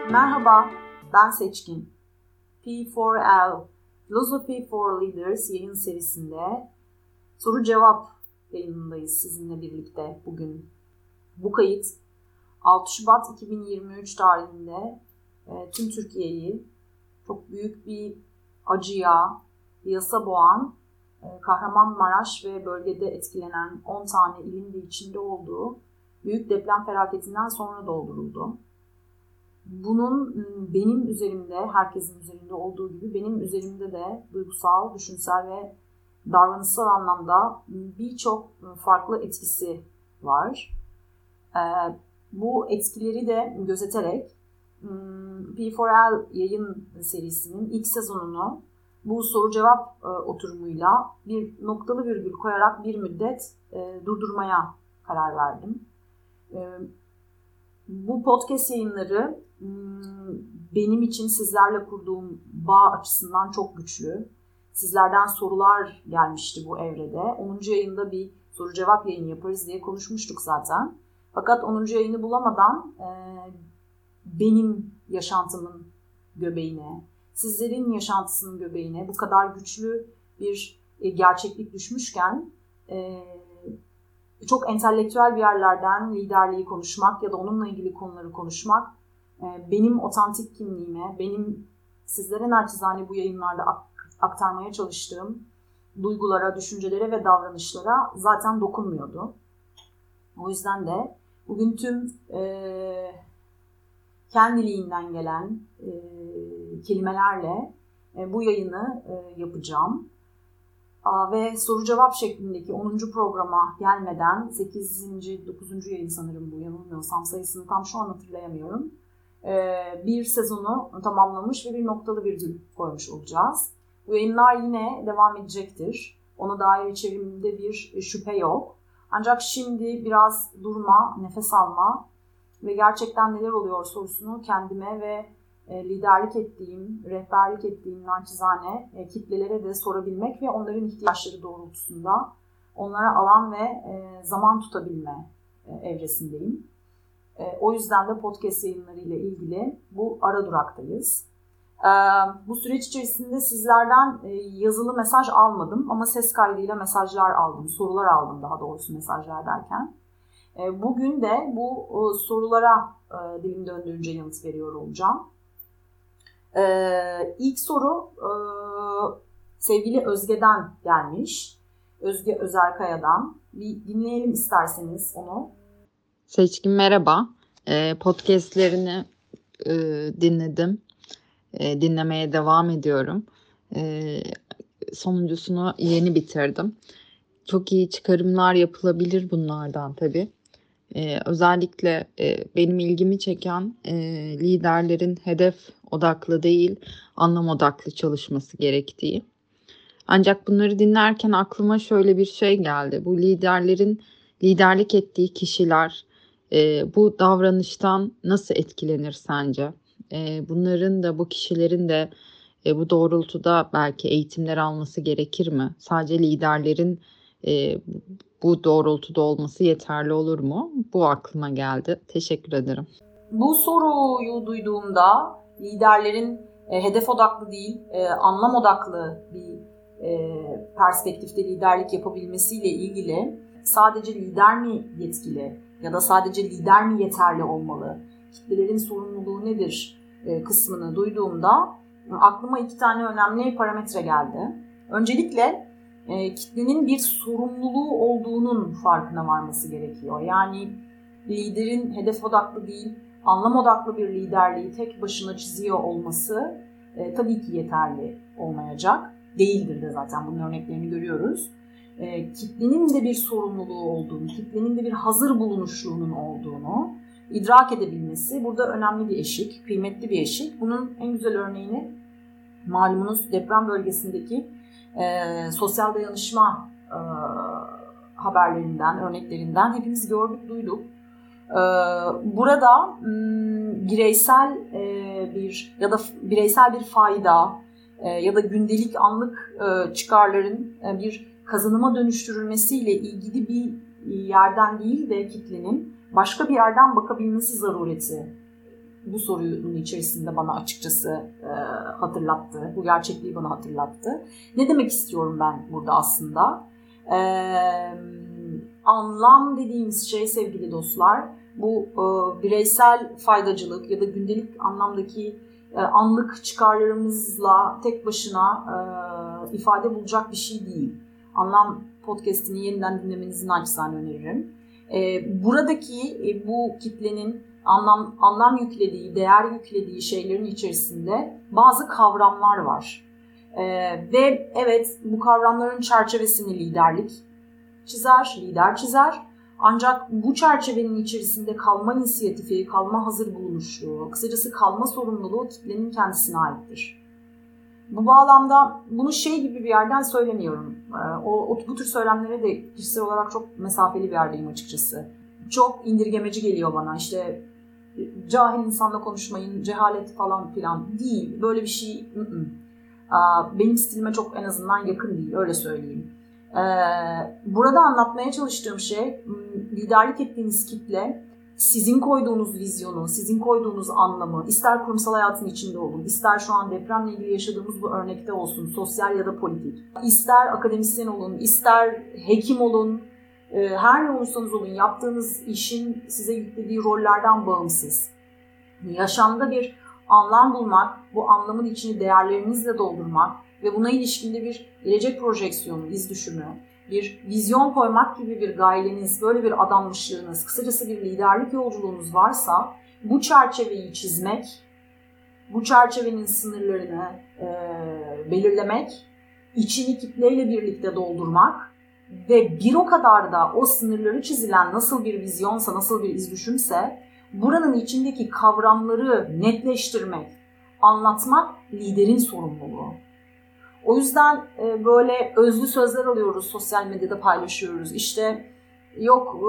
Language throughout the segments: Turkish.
Merhaba, ben Seçkin. P4L, Philosophy for Leaders yayın serisinde soru cevap yayınındayız sizinle birlikte bugün. Bu kayıt 6 Şubat 2023 tarihinde tüm Türkiye'yi çok büyük bir acıya, yasa boğan, Kahramanmaraş ve bölgede etkilenen 10 tane ilin de içinde olduğu büyük deprem felaketinden sonra dolduruldu. Bunun benim üzerimde, herkesin üzerinde olduğu gibi benim üzerimde de duygusal, düşünsel ve davranışsal anlamda birçok farklı etkisi var. Bu etkileri de gözeterek P4L yayın serisinin ilk sezonunu bu soru cevap oturumuyla bir noktalı virgül koyarak bir müddet durdurmaya karar verdim. Bu podcast yayınları benim için sizlerle kurduğum bağ açısından çok güçlü. Sizlerden sorular gelmişti bu evrede. 10. yayında bir soru cevap yayını yaparız diye konuşmuştuk zaten. Fakat 10. yayını bulamadan benim yaşantımın göbeğine, sizlerin yaşantısının göbeğine bu kadar güçlü bir gerçeklik düşmüşken çok entelektüel bir yerlerden liderliği konuşmak ya da onunla ilgili konuları konuşmak benim otantik kimliğime, benim sizlere naçizane bu yayınlarda aktarmaya çalıştığım duygulara, düşüncelere ve davranışlara zaten dokunmuyordu. O yüzden de bugün tüm kendiliğinden gelen kelimelerle bu yayını yapacağım. Ve soru cevap şeklindeki 10. programa gelmeden 8. 9. yayın sanırım bu, yanılmıyorsam sayısını tam şu an hatırlayamıyorum. Bir sezonu tamamlamış ve bir noktalı virgül koymuş olacağız. Bu yayınlar yine devam edecektir. Ona dair içerimde bir şüphe yok. Ancak şimdi biraz durma, nefes alma ve gerçekten neler oluyor sorusunu kendime ve liderlik ettiğim, rehberlik ettiğim naçizane kitlelere de sorabilmek ve onların ihtiyaçları doğrultusunda onlara alan ve zaman tutabilme evresindeyim. O yüzden de podcast yayınları ile ilgili bu ara duraktayız. Bu süreç içerisinde sizlerden yazılı mesaj almadım ama ses kaydıyla mesajlar aldım, sorular aldım daha doğrusu mesajlar derken. Bugün de bu sorulara dilim döndüğünce yanıt veriyor olacağım. İlk soru sevgili Özge'den gelmiş. Özge Özerkaya'dan. Bir dinleyelim isterseniz onu. Seçkin merhaba. Podcastlerini dinledim. Dinlemeye devam ediyorum. Sonuncusunu yeni bitirdim. Çok iyi çıkarımlar yapılabilir bunlardan tabii. Özellikle benim ilgimi çeken liderlerin hedef odaklı değil, anlam odaklı çalışması gerektiği. Ancak bunları dinlerken aklıma şöyle bir şey geldi. Bu liderlerin liderlik ettiği kişiler bu davranıştan nasıl etkilenir sence? Bunların da bu kişilerin de bu doğrultuda belki eğitimler alması gerekir mi? Sadece liderlerin bu doğrultuda olması yeterli olur mu? Bu aklıma geldi. Teşekkür ederim. Bu soruyu duyduğumda liderlerin hedef odaklı değil, anlam odaklı bir perspektifte liderlik yapabilmesiyle ilgili sadece lider mi yetkili ya da sadece lider mi yeterli olmalı, kitlelerin sorumluluğu nedir kısmını duyduğumda aklıma 2 tane önemli parametre geldi. Öncelikle kitlenin bir sorumluluğu olduğunun farkına varması gerekiyor. Yani liderin hedef odaklı değil, anlam odaklı bir liderliği tek başına çiziyor olması tabii ki yeterli olmayacak. Değildir de zaten, bunun örneklerini görüyoruz. Kitlenin de bir sorumluluğu olduğunu, kitlenin de bir hazır bulunuşluğunun olduğunu idrak edebilmesi burada önemli bir eşik, kıymetli bir eşik. Bunun en güzel örneğini malumunuz deprem bölgesindeki sosyal dayanışma haberlerinden, örneklerinden hepimiz gördük, duyduk. Burada bireysel bir fayda ya da gündelik anlık çıkarların bir kazanıma dönüştürülmesiyle ilgili bir yerden değil de kitlenin başka bir yerden bakabilmesi zarureti bu sorunun içerisinde bana açıkçası hatırlattı. Bu gerçekliği bana hatırlattı. Ne demek istiyorum ben burada aslında? Anlam dediğimiz şey sevgili dostlar, bu bireysel faydacılık ya da gündelik anlamdaki anlık çıkarlarımızla tek başına ifade bulacak bir şey değil. Anlam podcast'ini yeniden dinlemenizi naçizane öneririm. Buradaki bu kitlenin anlam yüklediği, değer yüklediği şeylerin içerisinde bazı kavramlar var. Ve evet, bu kavramların çerçevesini liderlik çizer, lider çizer. Ancak bu çerçevenin içerisinde kalma inisiyatifi, kalma hazır bulunuşluğu, kısacası kalma sorumluluğu kitlenin kendisine aittir. Bu bağlamda bunu şey gibi bir yerden söylemiyorum. Bu tür söylemlere de kişisel olarak çok mesafeli bir yerdeyim açıkçası. Çok indirgemeci geliyor bana. İşte cahil insanla konuşmayın, cehalet falan filan değil. Böyle bir şey benim stilime çok en azından yakın değil, öyle söyleyeyim. Burada anlatmaya çalıştığım şey, liderlik ettiğiniz kitle sizin koyduğunuz vizyonu, sizin koyduğunuz anlamı, ister kurumsal hayatın içinde olun, ister şu an depremle ilgili yaşadığımız bu örnekte olsun, sosyal ya da politik, ister akademisyen olun, ister hekim olun, her ne olursanız olun, yaptığınız işin size yüklediği rollerden bağımsız. Yaşamda bir anlam bulmak, bu anlamın içini değerlerinizle doldurmak ve buna ilişkinde bir gelecek projeksiyonu, iz düşümü, bir vizyon koymak gibi bir gayeniz, böyle bir adanmışlığınız, kısacası bir liderlik yolculuğunuz varsa bu çerçeveyi çizmek, bu çerçevenin sınırlarını belirlemek, içini kitleyle birlikte doldurmak ve bir o kadar da o sınırları çizilen nasıl bir vizyonsa, nasıl bir iz düşümse buranın içindeki kavramları netleştirmek, anlatmak liderin sorumluluğu. O yüzden böyle özlü sözler alıyoruz, sosyal medyada paylaşıyoruz. İşte yok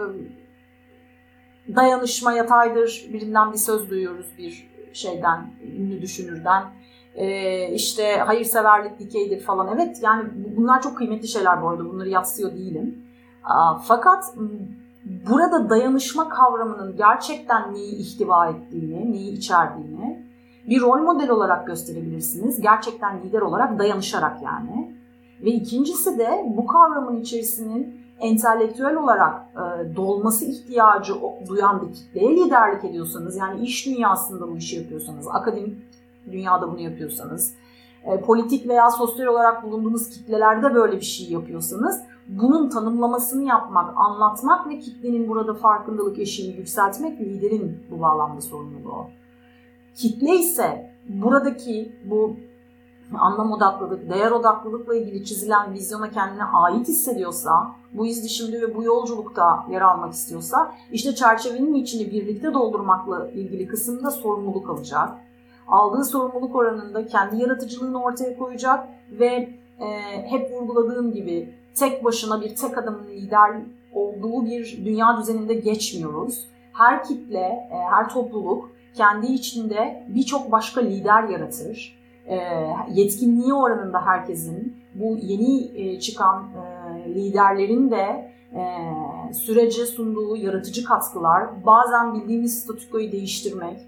dayanışma yataydır, birinden bir söz duyuyoruz bir şeyden, ünlü düşünürden. İşte hayırseverlik dikeydir falan. Evet, yani bunlar çok kıymetli şeyler bu arada, bunları yadsıyor değilim. Fakat burada dayanışma kavramının gerçekten neyi ihtiva ettiğini, neyi içerdiğini bir rol model olarak gösterebilirsiniz. Gerçekten lider olarak dayanışarak yani. Ve ikincisi de bu kavramın içerisinin entelektüel olarak dolması ihtiyacı duyan bir kitleye liderlik ediyorsanız, yani iş dünyasında bu işi yapıyorsanız, akademik dünyada bunu yapıyorsanız, politik veya sosyal olarak bulunduğunuz kitlelerde böyle bir şey yapıyorsanız, bunun tanımlamasını yapmak, anlatmak ve kitlenin burada farkındalık eşiğini yükseltmek liderin bu bağlamda sorumluluğu. Kitle ise buradaki bu anlam odaklılık, değer odaklılıkla ilgili çizilen vizyona kendine ait hissediyorsa, bu izdişimde ve bu yolculukta yer almak istiyorsa, işte çerçevenin içini birlikte doldurmakla ilgili kısımda sorumluluk alacak. Aldığı sorumluluk oranında kendi yaratıcılığını ortaya koyacak ve hep vurguladığım gibi tek başına bir tek adamın lider olduğu bir dünya düzeninde geçmiyoruz. Her kitle, her topluluk kendi içinde birçok başka lider yaratır. Yetkinliği oranında herkesin, bu yeni çıkan liderlerin de sürece sunduğu yaratıcı katkılar, bazen bildiğimiz statükoyu değiştirmek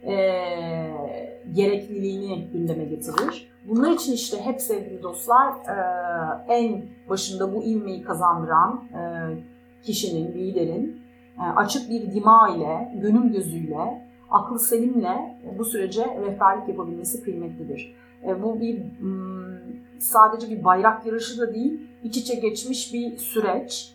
gerekliliğini gündeme getirir. Bunlar için işte hep sevgili dostlar, en başında bu ivmeyi kazandıran kişinin, liderin açık bir dima ile, gönül gözüyle, aklı selimle bu sürece rehberlik yapabilmesi kıymetlidir. Bu sadece bir bayrak yarışı da değil, iç içe geçmiş bir süreç.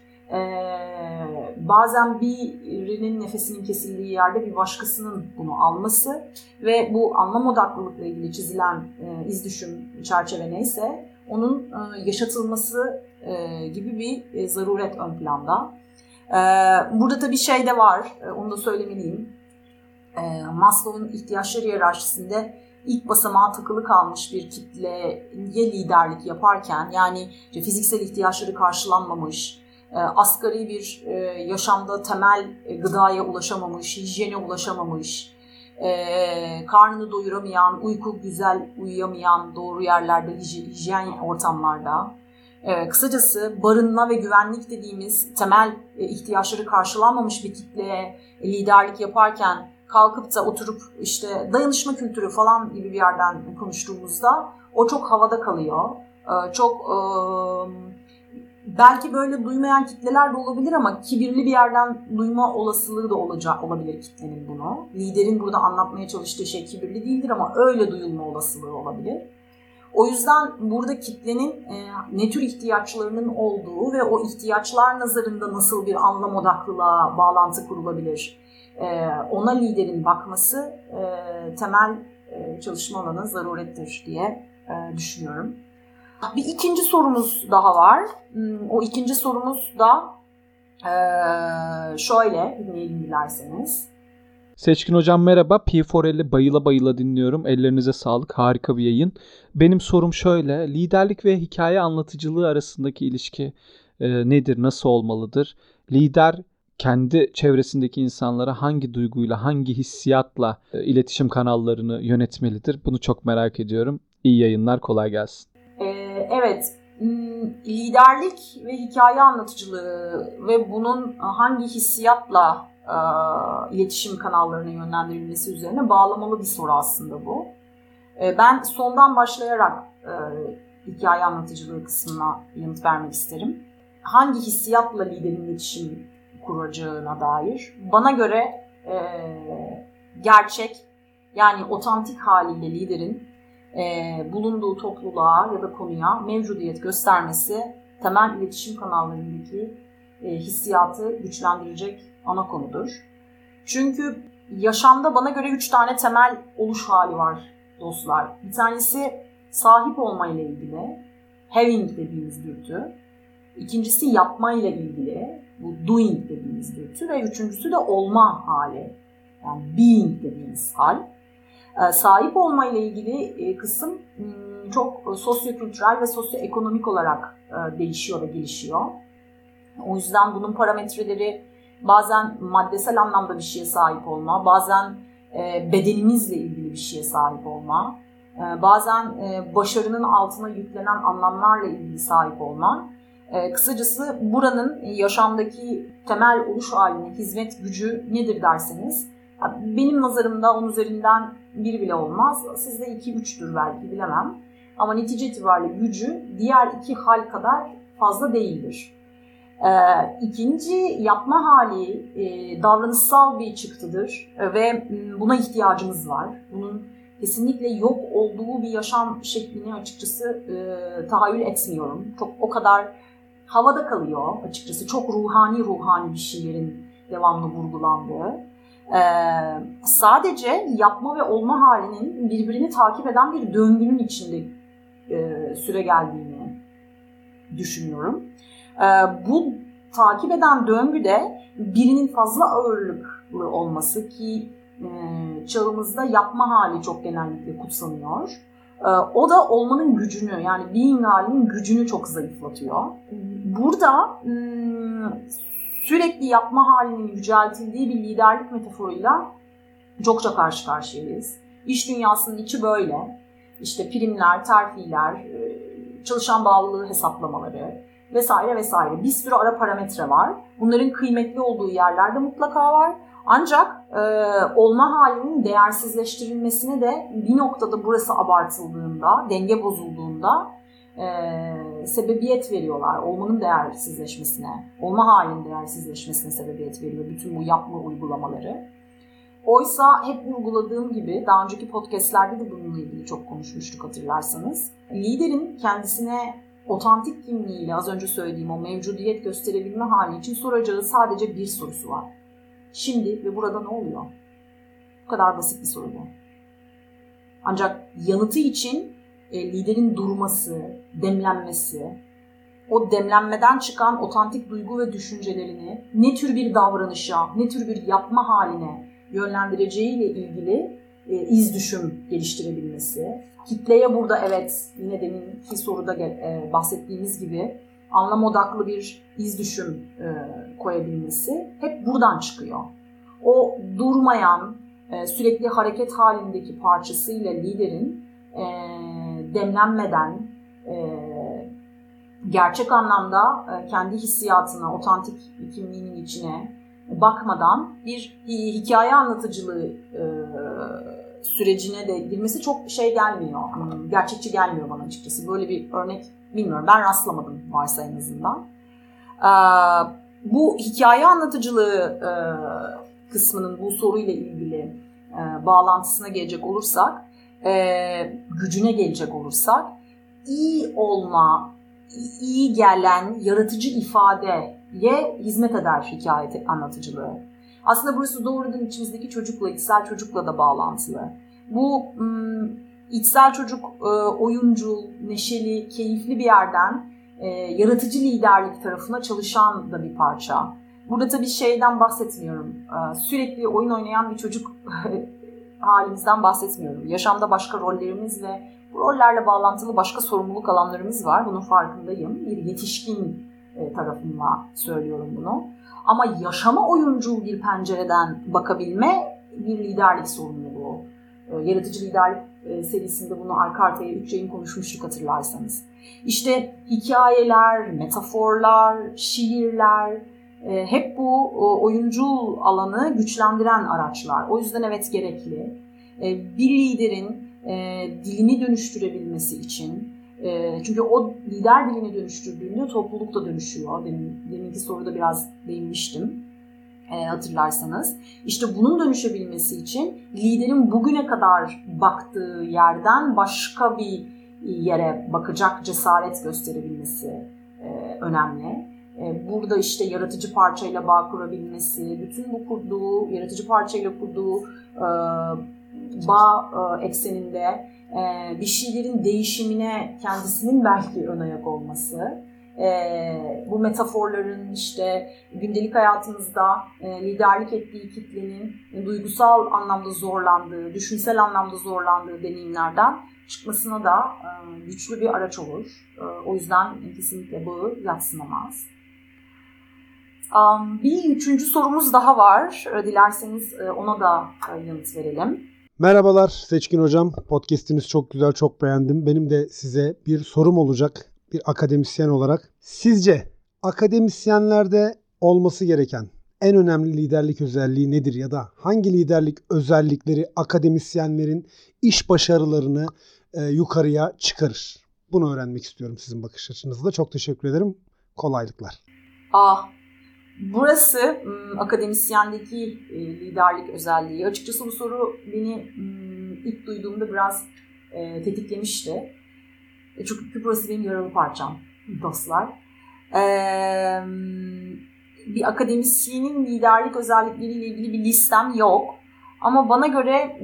Bazen birinin nefesinin kesildiği yerde bir başkasının bunu alması ve bu anlam odaklılıkla ilgili çizilen iz düşüm çerçeve neyse onun yaşatılması gibi bir zaruret ön planda. Burada tabii şey de var, onu da söylemeliyim. Maslow'un ihtiyaçlar hiyerarşisinde ilk basamağa takılı kalmış bir kitleye liderlik yaparken, yani fiziksel ihtiyaçları karşılanmamış, asgari bir yaşamda temel gıdaya ulaşamamış, hijyene ulaşamamış, karnını doyuramayan, uyku güzel uyuyamayan, doğru yerlerde, hijyen ortamlarda, kısacası barınma ve güvenlik dediğimiz temel ihtiyaçları karşılanmamış bir kitleye liderlik yaparken kalkıp da oturup işte dayanışma kültürü falan gibi bir yerden konuştuğumuzda o çok havada kalıyor. Çok belki böyle duymayan kitleler de olabilir ama kibirli bir yerden duyma olasılığı da olabilir kitlenin bunu. Liderin burada anlatmaya çalıştığı şey kibirli değildir ama öyle duyulma olasılığı olabilir. O yüzden burada kitlenin ne tür ihtiyaçlarının olduğu ve o ihtiyaçlar nazarında nasıl bir anlam odaklılığa bağlantı kurulabilir, ona liderin bakması temel çalışma alanı zarurettir diye düşünüyorum. Bir ikinci sorumuz daha var. O ikinci sorumuz da şöyle, dinleyelim dilerseniz. Seçkin Hocam merhaba. P4L'i bayıla bayıla dinliyorum. Ellerinize sağlık. Harika bir yayın. Benim sorum şöyle. Liderlik ve hikaye anlatıcılığı arasındaki ilişki nedir? Nasıl olmalıdır? Lider kendi çevresindeki insanlara hangi duyguyla, hangi hissiyatla iletişim kanallarını yönetmelidir? Bunu çok merak ediyorum. İyi yayınlar, kolay gelsin. Evet, liderlik ve hikaye anlatıcılığı ve bunun hangi hissiyatla iletişim kanallarına yönlendirilmesi üzerine bağlamalı bir soru aslında bu. Ben sondan başlayarak hikaye anlatıcılığı kısmına yanıt vermek isterim. Hangi hissiyatla liderin iletişim kuracağına dair bana göre gerçek, yani otantik haliyle liderin bulunduğu topluluğa ya da konuya mevcudiyet göstermesi temel iletişim kanallarındaki hissiyatı güçlendirecek ana konudur. Çünkü yaşamda bana göre 3 tane temel oluş hali var dostlar. Bir tanesi sahip olmayla ilgili, having dediğimiz dürtü. İkincisi yapmayla ilgili, bu doing dediğimiz dürtü ve üçüncüsü de olma hali, yani being dediğimiz hal. Sahip olmayla ilgili kısım çok sosyokültürel ve sosyoekonomik olarak değişiyor ve gelişiyor. O yüzden bunun parametreleri bazen maddesel anlamda bir şeye sahip olma, bazen bedenimizle ilgili bir şeye sahip olma, bazen başarının altına yüklenen anlamlarla ilgili sahip olma. Kısacası buranın yaşamdaki temel oluş haline hizmet gücü nedir derseniz, benim nazarımda 10 üzerinden 1 bile olmaz. Sizde 2-3'tür belki, bilemem. Ama netice itibariyle gücü diğer 2 hal kadar fazla değildir. İkinci yapma hali davranışsal bir çıktıdır ve buna ihtiyacımız var. Bunun kesinlikle yok olduğu bir yaşam şeklini açıkçası tahayyül etmiyorum. Çok o kadar havada kalıyor açıkçası. Çok ruhani bir şeylerin devamlı vurgulandığı. Sadece yapma ve olma halinin birbirini takip eden bir döngünün içinde süre geldiğini düşünüyorum. Bu takip eden döngüde birinin fazla ağırlıklı olması ki çağımızda yapma hali çok genellikle kutsanıyor. O da olmanın gücünü, yani being halinin gücünü çok zayıflatıyor. Burada sürekli yapma halinin yüceltildiği bir liderlik metaforuyla çokça karşı karşıyayız. İş dünyasının içi böyle. İşte primler, terfiler, çalışan bağlılığı hesaplamaları vesaire vesaire. Bir sürü ara parametre var. Bunların kıymetli olduğu yerlerde mutlaka var. Ancak olma halinin değersizleştirilmesine de bir noktada burası abartıldığında, denge bozulduğunda sebebiyet veriyorlar. Olmanın değersizleşmesine, olma halinin değersizleşmesine sebebiyet veriyor bütün bu yapma uygulamaları. Oysa hep vurguladığım gibi, daha önceki podcastlerde de bununla ilgili çok konuşmuştuk hatırlarsanız. Liderin kendisine otantik kimliğiyle az önce söylediğim o mevcudiyet gösterebilme hali için soracağı sadece bir sorusu var. Şimdi ve burada ne oluyor? Bu kadar basit bir soru bu. Ancak yanıtı için liderin durması, demlenmesi, o demlenmeden çıkan otantik duygu ve düşüncelerini ne tür bir davranışa, ne tür bir yapma haline yönlendireceğiyle ilgili iz düşüm geliştirebilmesi. Kitleye burada evet, yine deminki soruda bahsettiğimiz gibi anlam odaklı bir iz düşüm koyabilmesi hep buradan çıkıyor. O durmayan, sürekli hareket halindeki parçasıyla liderin demlenmeden gerçek anlamda kendi hissiyatına, otantik kimliğinin içine bakmadan bir hikaye anlatıcılığı sürecine de girmesi çok gelmiyor. Gerçekçi gelmiyor bana açıkçası. Böyle bir örnek bilmiyorum. Ben rastlamadım varsa en azından. Bu hikaye anlatıcılığı kısmının bu soruyla ilgili bağlantısına gelecek olursak, gücüne gelecek olursak, iyi olma, iyi gelen yaratıcı ifadeye hizmet eder hikaye anlatıcılığı. Aslında burası doğrudan içimizdeki çocukla, içsel çocukla da bağlantılı. Bu içsel çocuk oyuncu, neşeli, keyifli bir yerden yaratıcı liderlik tarafına çalışan da bir parça. Burada tabii şeyden bahsetmiyorum. Sürekli oyun oynayan bir çocuk halimizden bahsetmiyorum. Yaşamda başka rollerimiz ve bu rollerle bağlantılı başka sorumluluk alanlarımız var. Bunun farkındayım. Bir yetişkin tarafımla söylüyorum bunu. Ama yaşama oyuncu bir pencereden bakabilme bir liderlik sorumluluğu. Yaratıcı liderlik serisinde bunu arka arkaya 3 yayın konuşmuştuk hatırlarsanız. İşte hikayeler, metaforlar, şiirler hep bu oyuncu alanı güçlendiren araçlar. O yüzden evet gerekli. Bir liderin dilini dönüştürebilmesi için, çünkü o lider dilini dönüştürdüğünde topluluk da dönüşüyor. Deminki soruda biraz değinmiştim hatırlarsanız. İşte bunun dönüşebilmesi için liderin bugüne kadar baktığı yerden başka bir yere bakacak cesaret gösterebilmesi önemli. Burada işte yaratıcı parçayla bağ kurabilmesi, bütün bu yaratıcı parçayla kurduğu bağ ekseninde bir şeylerin değişimine kendisinin belki ön ayak olması, bu metaforların işte gündelik hayatımızda liderlik ettiği kitlenin duygusal anlamda zorlandığı, düşünsel anlamda zorlandığı deneyimlerden çıkmasına da güçlü bir araç olur. O yüzden kesinlikle bağı yadsınamaz. Bir üçüncü sorumuz daha var. Dilerseniz ona da yanıt verelim. Merhabalar Seçkin Hocam. Podcast'iniz çok güzel, çok beğendim. Benim de size bir sorum olacak bir akademisyen olarak. Sizce akademisyenlerde olması gereken en önemli liderlik özelliği nedir ya da hangi liderlik özellikleri akademisyenlerin iş başarılarını yukarıya çıkarır? Bunu öğrenmek istiyorum sizin bakış açınızda. Çok teşekkür ederim. Kolaylıklar. Burası akademisyendeki liderlik özelliği. Açıkçası bu soru beni ilk duyduğumda biraz tetiklemişti. Çünkü burası benim yaralı parçam dostlar. Bir akademisyenin liderlik özellikleriyle ilgili bir listem yok. Ama bana göre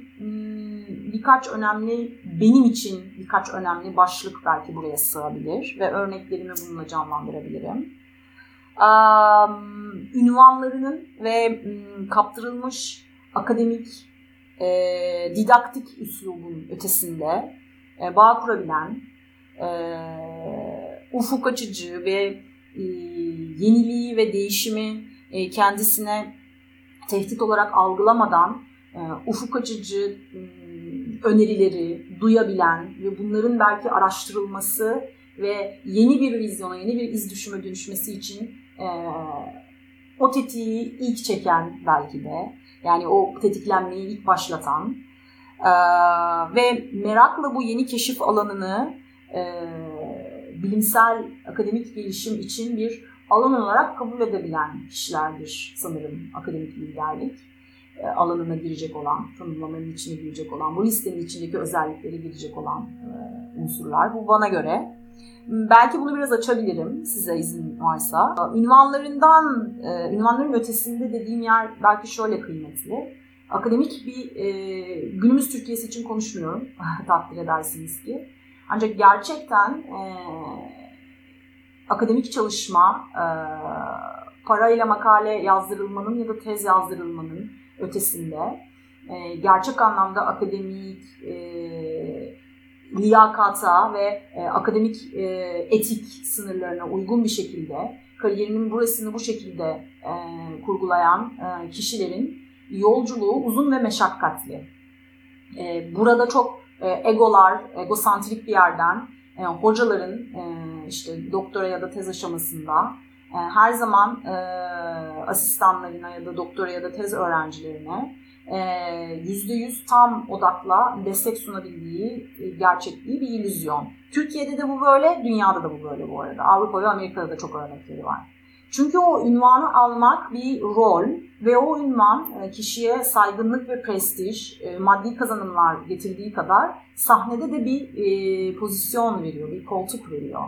benim için birkaç önemli başlık belki buraya sığabilir ve örneklerimi bununla canlandırabilirim. Ünvanlarının ve kaptırılmış akademik, didaktik üslubun ötesinde bağ kurabilen, ufuk açıcı ve yeniliği ve değişimi kendisine tehdit olarak algılamadan ufuk açıcı önerileri duyabilen ve bunların belki araştırılması ve yeni bir vizyona, yeni bir iz düşüme dönüşmesi için o tetiği ilk çeken belki de, yani o tetiklenmeyi ilk başlatan ve merakla bu yeni keşif alanını bilimsel, akademik gelişim için bir alan olarak kabul edebilen kişilerdir sanırım akademik liderlik alanına girecek olan, tanımlamanın içine girecek olan, bu listenin içindeki özellikleri girecek olan unsurlar. Bu bana göre. Belki bunu biraz açabilirim size izin varsa. Ünvanların ötesinde dediğim yer belki şöyle kıymetli. Akademik bir günümüz Türkiye'si için konuşmuyorum takdir edersiniz ki. Ancak gerçekten akademik çalışma parayla makale yazdırılmanın ya da tez yazdırılmanın ötesinde gerçek anlamda akademik liyakata ve akademik etik sınırlarına uygun bir şekilde kariyerinin burasını bu şekilde kurgulayan kişilerin yolculuğu uzun ve meşakkatli. Burada çok egosantrik bir yerden hocaların işte doktora ya da tez aşamasında her zaman asistanlarına ya da doktora ya da tez öğrencilerine %100 tam odakla destek sunabildiği gerçekliği bir illüzyon. Türkiye'de de bu böyle, dünyada da bu böyle bu arada. Avrupa ve Amerika'da da çok örnekleri var. Çünkü o ünvanı almak bir rol ve o ünvan kişiye saygınlık ve prestij, maddi kazanımlar getirdiği kadar sahnede de bir pozisyon veriyor, bir koltuk veriyor.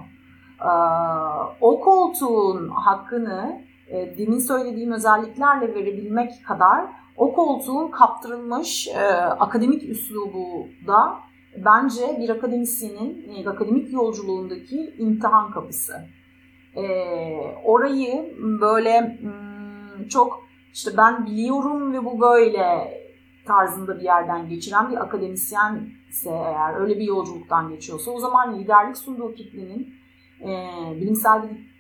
O koltuğun hakkını demin söylediğim özelliklerle verebilmek kadar o koltuğun kaptırılmış akademik üslubu da bence bir akademisyenin akademik yolculuğundaki imtihan kapısı. Orayı böyle çok işte ben biliyorum ve bu böyle tarzında bir yerden geçiren bir akademisyense eğer öyle bir yolculuktan geçiyorsa o zaman liderlik sunduğu kitlenin bilimsel bir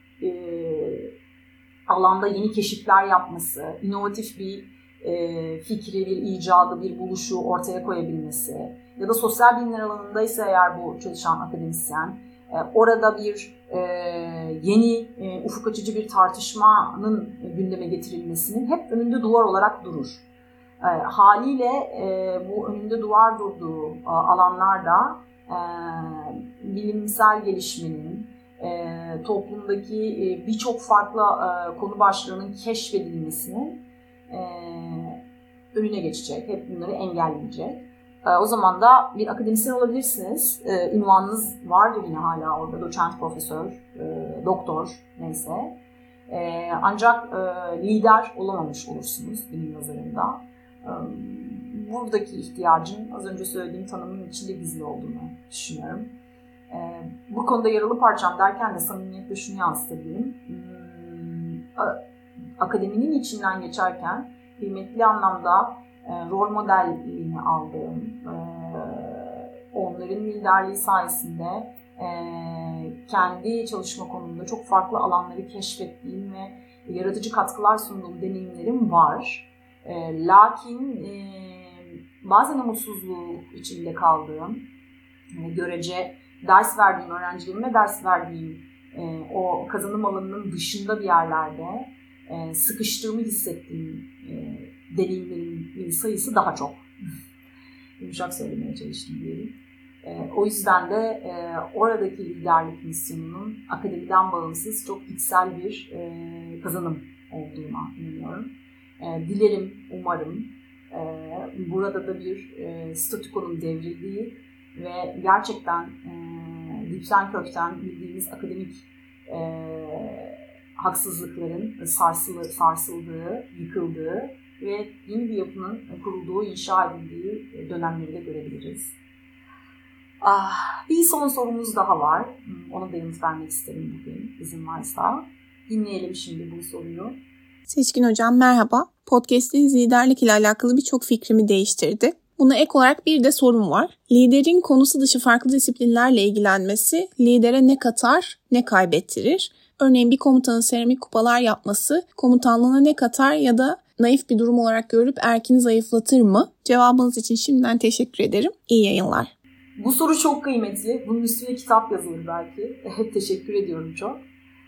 alanda yeni keşifler yapması, inovatif bir fikri, bir icadı, bir buluşu ortaya koyabilmesi ya da sosyal bilimler alanındaysa eğer bu çalışan akademisyen orada bir yeni ufuk açıcı bir tartışmanın gündeme getirilmesinin hep önünde duvar olarak durur. Haliyle bu önünde duvar durduğu alanlarda bilimsel gelişmenin, toplumdaki birçok farklı konu başlığının keşfedilmesinin önüne geçecek, hep bunları engelleyecek. O zaman da bir akademisyen olabilirsiniz. Ünvanınız vardır yine hala orada. Doçent, profesör, doktor neyse. Ancak lider olamamış olursunuz bilim yazarında. Buradaki ihtiyacın az önce söylediğim tanımın içinde gizli olduğunu düşünüyorum. Bu konuda yaralı parçam derken de samimiyetle şunu yansıtabilirim. Akademinin içinden geçerken kıymetli anlamda rol modelliğini aldığım, onların liderliği sayesinde kendi çalışma konumunda çok farklı alanları keşfettiğim ve yaratıcı katkılar sunduğum deneyimlerim var. Lakin bazen umutsuzluğu içinde kaldığım, görece ders verdiğim öğrencilerime ders verdiğim o kazanım alanının dışında bir yerlerde sıkıştığımı hissettiğim deneyimlerimin sayısı daha çok. Yumuşak söylemeye çalıştım diyelim. O yüzden de oradaki liderlik misyonunun akademiden bağımsız çok içsel bir kazanım olduğuna inanıyorum. Dilerim, umarım burada da bir statükonun devrildiği ve gerçekten dipten kökten bildiğimiz akademik haksızlıkların sarsıldığı, yıkıldığı ve yeni bir yapının kurulduğu, inşa edildiği dönemleri de görebiliriz. Bir son sorumuz daha var. Ona da yanıt vermek isterim bugün izin varsa. Dinleyelim şimdi bu soruyu. Seçkin Hocam merhaba. Podcast'iniz liderlik ile alakalı birçok fikrimi değiştirdi. Buna ek olarak bir de sorum var. Liderin konusu dışı farklı disiplinlerle ilgilenmesi lidere ne katar, ne kaybettirir? Örneğin bir komutanın seramik kupalar yapması komutanlığına ne katar ya da naif bir durum olarak görülüp erkini zayıflatır mı? Cevabınız için şimdiden teşekkür ederim. İyi yayınlar. Bu soru çok kıymetli. Bunun üstüne kitap yazılır belki. Teşekkür ediyorum çok.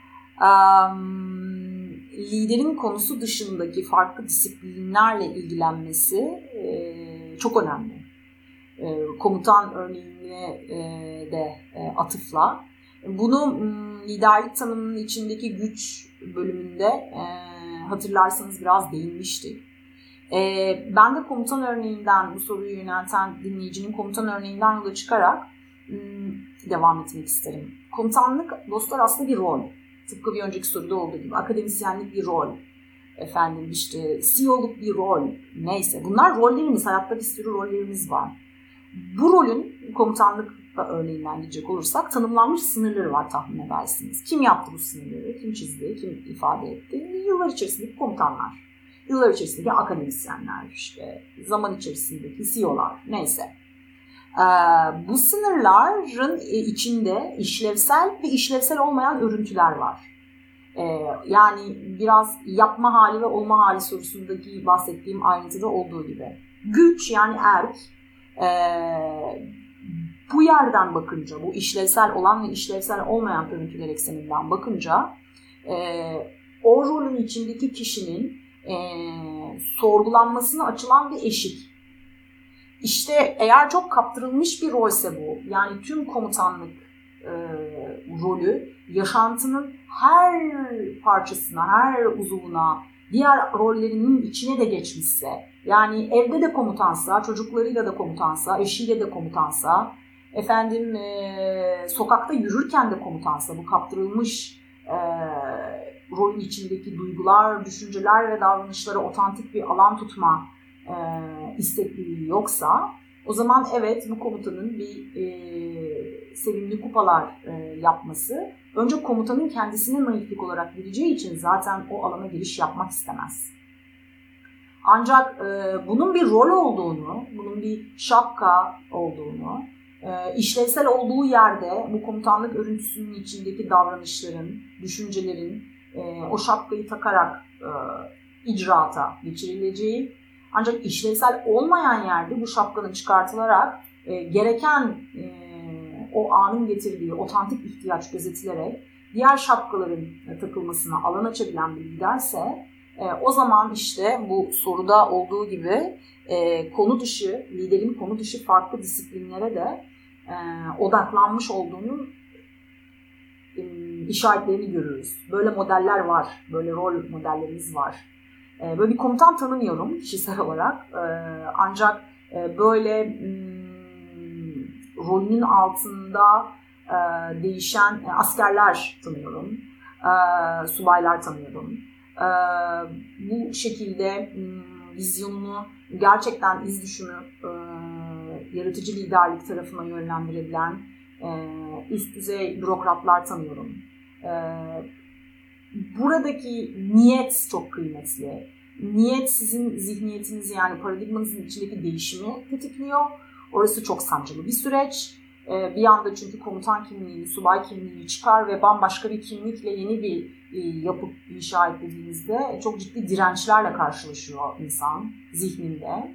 Liderin konusu dışındaki farklı disiplinlerle ilgilenmesi çok önemli. Komutan örneğine de atıfla. Bunu liderlik tanımının içindeki güç bölümünde hatırlarsanız biraz değinmiştik. Ben de komutan örneğinden, bu soruyu yönelten dinleyicinin komutan örneğinden yola çıkarak devam etmek isterim. Komutanlık dostlar aslında bir rol. Tıpkı bir önceki soruda olduğu gibi akademisyenlik bir rol. Efendim işte CEO'luk bir rol. Neyse bunlar rollerimiz. Hayatta bir sürü rollerimiz var. Bu rolün komutanlık örneğinden gidecek olursak tanımlanmış sınırları var tahmin edersiniz. Kim yaptı bu sınırları? Kim çizdi? Kim ifade etti? Yıllar içerisindeki komutanlar. Yıllar içerisindeki akademisyenler, işte zaman içerisindeki CEO'lar neyse. Bu sınırların içinde işlevsel ve işlevsel olmayan örüntüler var. Yani biraz yapma hali ve olma hali sorusundaki bahsettiğim ayrıntıda olduğu gibi. Güç yani erk bu yerden bakınca, bu işlevsel olan ve işlevsel olmayan örüntüler ekseninden bakınca o rolün içindeki kişinin sorgulanmasına açılan bir eşik. İşte eğer çok kaptırılmış bir rolse bu, yani tüm komutanlık rolü yaşantının her parçasına, her uzuvuna, diğer rollerinin içine de geçmişse, yani evde de komutansa, çocuklarıyla da komutansa, eşiyle de komutansa, sokakta yürürken de komutansa, bu kaptırılmış rolün içindeki duygular, düşünceler ve davranışlara otantik bir alan tutma istekliliği yoksa, o zaman evet, bu komutanın bir sevimli kupalar yapması, önce komutanın kendisine naiflik olarak bileceği için zaten o alana giriş yapmak istemez. Ancak bunun bir rol olduğunu, bunun bir şapka olduğunu, işlevsel olduğu yerde bu komutanlık örüntüsünün içindeki davranışların, düşüncelerin o şapkayı takarak icraata geçirileceği, ancak işlevsel olmayan yerde bu şapkanın çıkartılarak gereken o anın getirdiği otantik ihtiyaç gözetilerek diğer şapkaların takılmasına alan açabilen bir liderse, o zaman işte bu soruda olduğu gibi liderin konu dışı farklı disiplinlere de odaklanmış olduğunun işaretlerini görürüz. Böyle modeller var, böyle rol modellerimiz var. Böyle bir komutan tanımıyorum kişisel olarak, ancak böyle rolünün altında değişen askerler tanıyorum, subaylar tanıyorum. Bu şekilde vizyonunu gerçekten iz düşümü yaratıcı liderlik tarafına yönlendirebilen üst düzey bürokratlar tanıyorum. Buradaki niyet çok kıymetli. Niyet sizin zihniyetinizi, yani paradigmanızın içindeki değişimi tetikliyor. Orası çok sancılı bir süreç. Bir anda çünkü komutan kimliğini, subay kimliğini çıkar ve bambaşka bir kimlikle yeni bir yapı inşa ettiğinizde çok ciddi dirençlerle karşılaşıyor insan zihninde.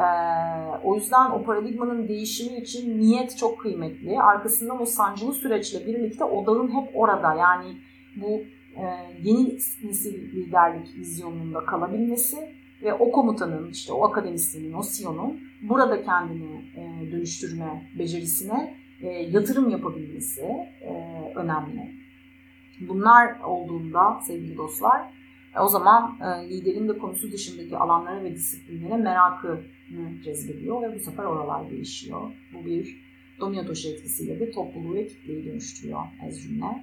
O yüzden o paradigmanın değişimi için niyet çok kıymetli. Arkasından o sancılı süreçle birlikte odağın hep orada. Yani bu yeni nesil liderlik vizyonunda kalabilmesi ve o komutanın, işte o akademisyenin, o CEO'nun burada kendini dönüştürme becerisine yatırım yapabilmesi önemli. Bunlar olduğunda sevgili dostlar, o zaman liderin de konusu dışındaki alanlara ve disiplinlere merakını cezbediyor ve bu sefer oralar değişiyor. Bu bir domino taşı etkisiyle de topluluğu ve kitleyi dönüştürüyor ez cümle.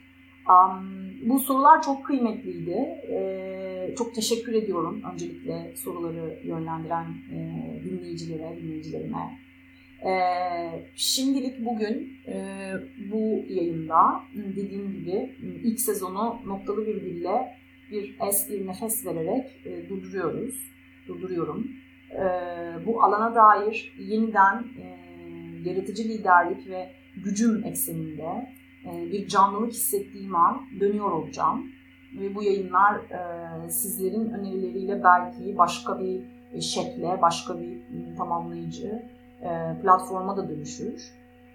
Bu sorular çok kıymetliydi. Çok teşekkür ediyorum öncelikle soruları yönlendiren dinleyicilerime. Şimdilik bugün bu yayında dediğim gibi ilk sezonu noktalı virgülle bir nefes vererek durduruyorum. Bu alana dair yeniden yaratıcı liderlik ve gücüm ekseninde bir canlılık hissettiğim an dönüyor olacağım. Ve bu yayınlar sizlerin önerileriyle belki başka bir şekle, başka bir tamamlayıcı platforma da dönüşür.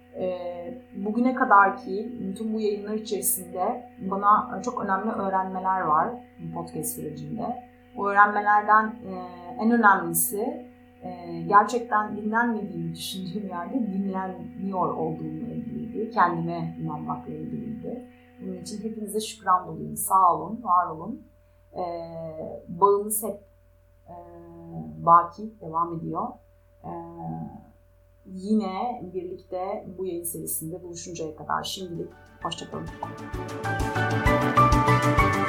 Bugüne kadarki tüm bu yayınlar içerisinde bana çok önemli öğrenmeler var podcast sürecinde. Bu öğrenmelerden en önemlisi gerçekten dinlenmediğimi düşündüğüm yerde dinleniyor olduğumla ilgiliydi. Kendime inanmakla ilgiliydi. Bunun için hepinize şükran doluyum. Sağ olun, var olun. Bağımız hep baki devam ediyor. Yine birlikte bu yayın serisinde buluşuncaya kadar şimdilik hoşça kalın.